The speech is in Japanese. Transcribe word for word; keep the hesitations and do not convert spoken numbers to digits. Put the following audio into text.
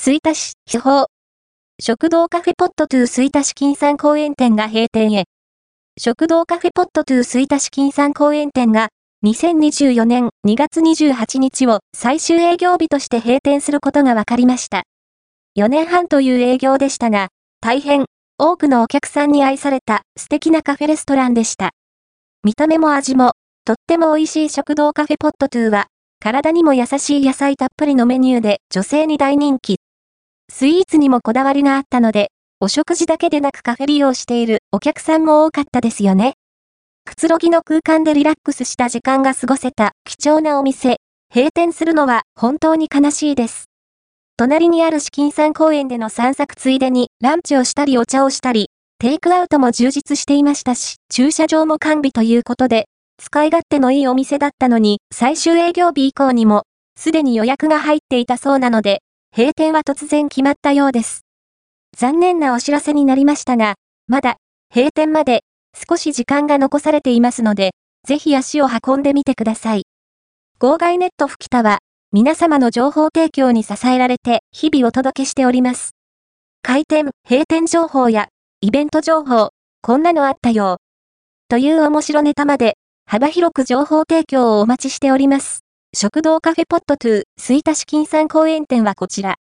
吹田市、地方。食堂カフェポットトゥー吹田市金山公園店が閉店へ。食堂カフェポットトゥー吹田市金山公園店が、にせんにじゅうよねんにがつにじゅうはちにちを最終営業日として閉店することが分かりました。よねんはんという営業でしたが、大変、多くのお客さんに愛された素敵なカフェレストランでした。見た目も味も、とっても美味しい食堂カフェポットトゥーは、体にも優しい野菜たっぷりのメニューで女性に大人気。スイーツにもこだわりがあったので、お食事だけでなくカフェ利用しているお客さんも多かったですよね。くつろぎの空間でリラックスした時間が過ごせた貴重なお店、閉店するのは本当に悲しいです。隣にある紫金山公園での散策ついでにランチをしたりお茶をしたり、テイクアウトも充実していましたし、駐車場も完備ということで、使い勝手のいいお店だったのに、最終営業日以降にも、すでに予約が入っていたそうなので、閉店は突然決まったようです。残念なお知らせになりましたが、まだ、閉店まで、少し時間が残されていますので、ぜひ足を運んでみてください。号外ネット吹田は、皆様の情報提供に支えられて、日々お届けしております。開店、閉店情報や、イベント情報、こんなのあったよ。という面白ネタまで、幅広く情報提供をお待ちしております。食堂カフェポットトゥー吹田市金山公園店はこちら。